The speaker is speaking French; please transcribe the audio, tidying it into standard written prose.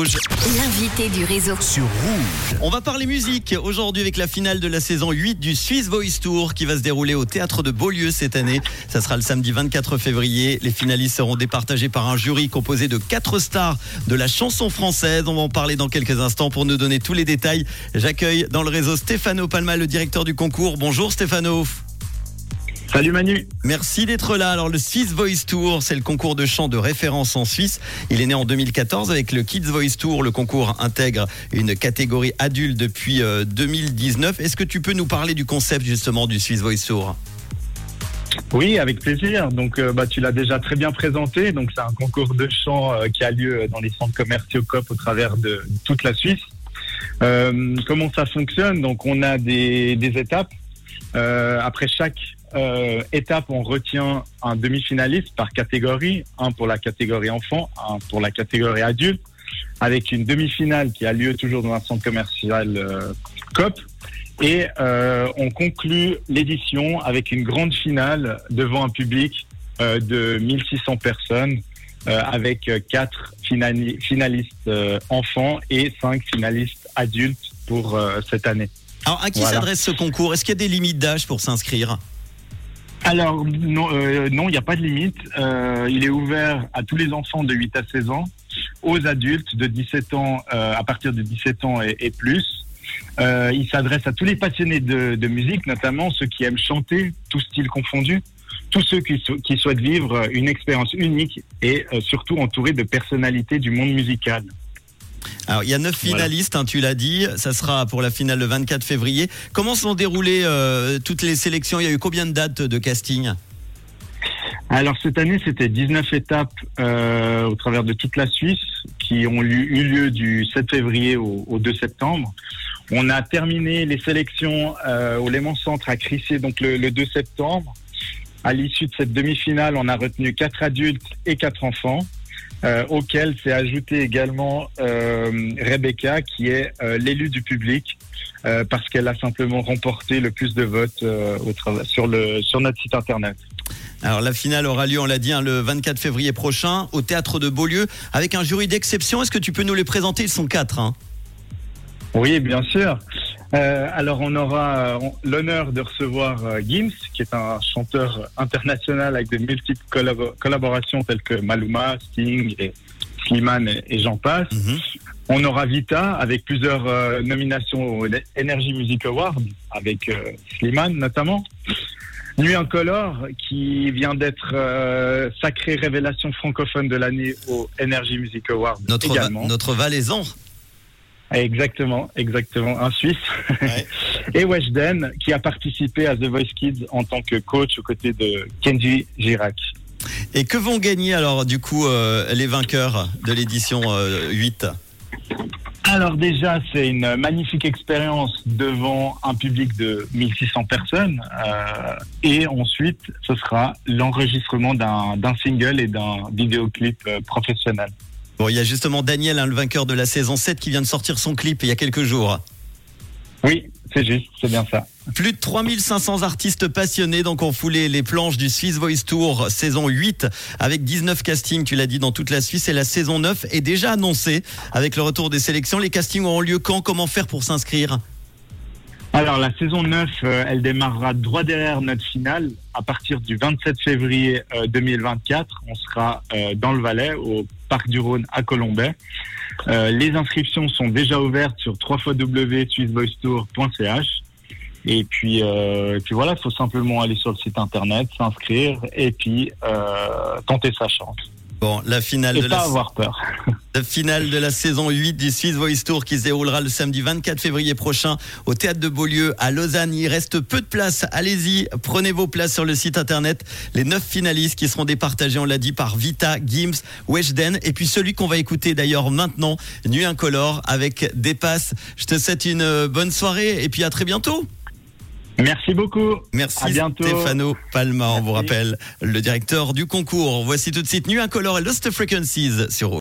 Rouge. L'invité du réseau. Sur Rouge. On va parler musique aujourd'hui avec la finale de la saison 8 du Swiss Voice Tour qui va se dérouler au Théâtre de Beaulieu cette année. Ça sera le samedi 24 février. Les finalistes seront départagés par un jury composé de 4 stars de la chanson française. On va en parler dans quelques instants. Pour nous donner tous les détails, j'accueille dans le réseau Stefano Palma, le directeur du concours. Bonjour Stefano. Salut Manu. Merci d'être là. Alors le Swiss Voice Tour, c'est le concours de chant de référence en Suisse. Il est né en 2014 avec le Kids Voice Tour. Le concours intègre une catégorie adulte depuis 2019. Est-ce que tu peux nous parler du concept justement du Swiss Voice Tour ? Oui, avec plaisir. Donc, tu l'as déjà très bien présenté. Donc, c'est un concours de chant qui a lieu dans les centres commerciaux Coop au travers de toute la Suisse. Comment ça fonctionne ? Donc, on a des étapes. Après chaque étape, on retient un demi-finaliste par catégorie, un pour la catégorie enfant, un pour la catégorie adulte, avec une demi-finale qui a lieu toujours dans un centre commercial Coop. Et on conclut l'édition avec une grande finale devant un public de 1600 personnes avec 4 finalistes enfants et 5 finalistes adultes pour cette année. Alors, à qui s'adresse ce concours ? Est-ce qu'il y a des limites d'âge pour s'inscrire ? Alors, non, il n'y a pas de limite. Il est ouvert à tous les enfants de 8 à 16 ans, aux adultes de 17 ans, à partir de 17 ans et plus. Il s'adresse à tous les passionnés de musique, notamment ceux qui aiment chanter, tous styles confondus, tous ceux qui souhaitent vivre une expérience unique et surtout entourés de personnalités du monde musical. Alors, il y a 9 finalistes, tu l'as dit. Ça sera pour la finale le 24 février. Comment se sont déroulées toutes les sélections ? Il y a eu combien de dates de casting ? Alors, cette année, c'était 19 étapes au travers de toute la Suisse qui ont eu lieu du 7 février au 2 septembre. On a terminé les sélections au Léman Centre à Crissé, donc le 2 septembre. À l'issue de cette demi-finale, on a retenu 4 adultes et 4 enfants. Auquel s'est ajouté également Rebecca, qui est l'élue du public, parce qu'elle a simplement remporté le plus de votes sur notre site internet. Alors la finale aura lieu, on l'a dit, le 24 février prochain, au Théâtre de Beaulieu, avec un jury d'exception. Est-ce que tu peux nous les présenter ? Ils sont 4. Oui, bien sûr. Alors on aura l'honneur de recevoir Gims, qui est un chanteur international avec de multiples collaborations telles que Maluma, Sting, et Slimane et j'en passe. On aura Vita avec plusieurs nominations au Energy Music Award avec Slimane notamment. Nuit Incolore qui vient d'être sacrée révélation francophone de l'année au Energy Music Award également. Notre Valaisan. Exactement, un Suisse. Ouais. Et Weshden, qui a participé à The Voice Kids en tant que coach aux côtés de Kenji Girac. Et que vont gagner alors du coup les vainqueurs de l'édition 8 ? Alors déjà, c'est une magnifique expérience devant un public de 1600 personnes. Et ensuite, ce sera l'enregistrement d'un single et d'un vidéoclip professionnel. Bon, il y a justement Daniel, le vainqueur de la saison 7, qui vient de sortir son clip il y a quelques jours. Oui, c'est juste, c'est bien ça. Plus de 3500 artistes passionnés donc ont foulé les planches du Swiss Voice Tour saison 8 avec 19 castings, tu l'as dit, dans toute la Suisse. Et la saison 9 est déjà annoncée avec le retour des sélections. Les castings auront lieu quand ? Comment faire pour s'inscrire ? Alors la saison 9, elle démarrera droit derrière notre finale à partir du 27 février 2024. On sera dans le Valais, au Parc du Rhône à Colombey. Les inscriptions sont déjà ouvertes sur www.swissvoicetour.ch. Et puis voilà, il faut simplement aller sur le site internet, s'inscrire et puis tenter sa chance. Bon, la finale avoir peur. La finale de la saison 8 du Swiss Voice Tour qui se déroulera le samedi 24 février prochain au Théâtre de Beaulieu à Lausanne. Il reste peu de place. Allez-y, prenez vos places sur le site internet. Les 9 finalistes qui seront départagés, on l'a dit, par Vita, Gims, Weshden et puis celui qu'on va écouter d'ailleurs maintenant, Nuit Incolore avec Dépasse. Je te souhaite une bonne soirée et puis à très bientôt. Merci beaucoup. Merci à bientôt. Stefano Palma, on vous rappelle, le directeur du concours. Voici tout de suite Nuit Incolore et Lost Frequencies sur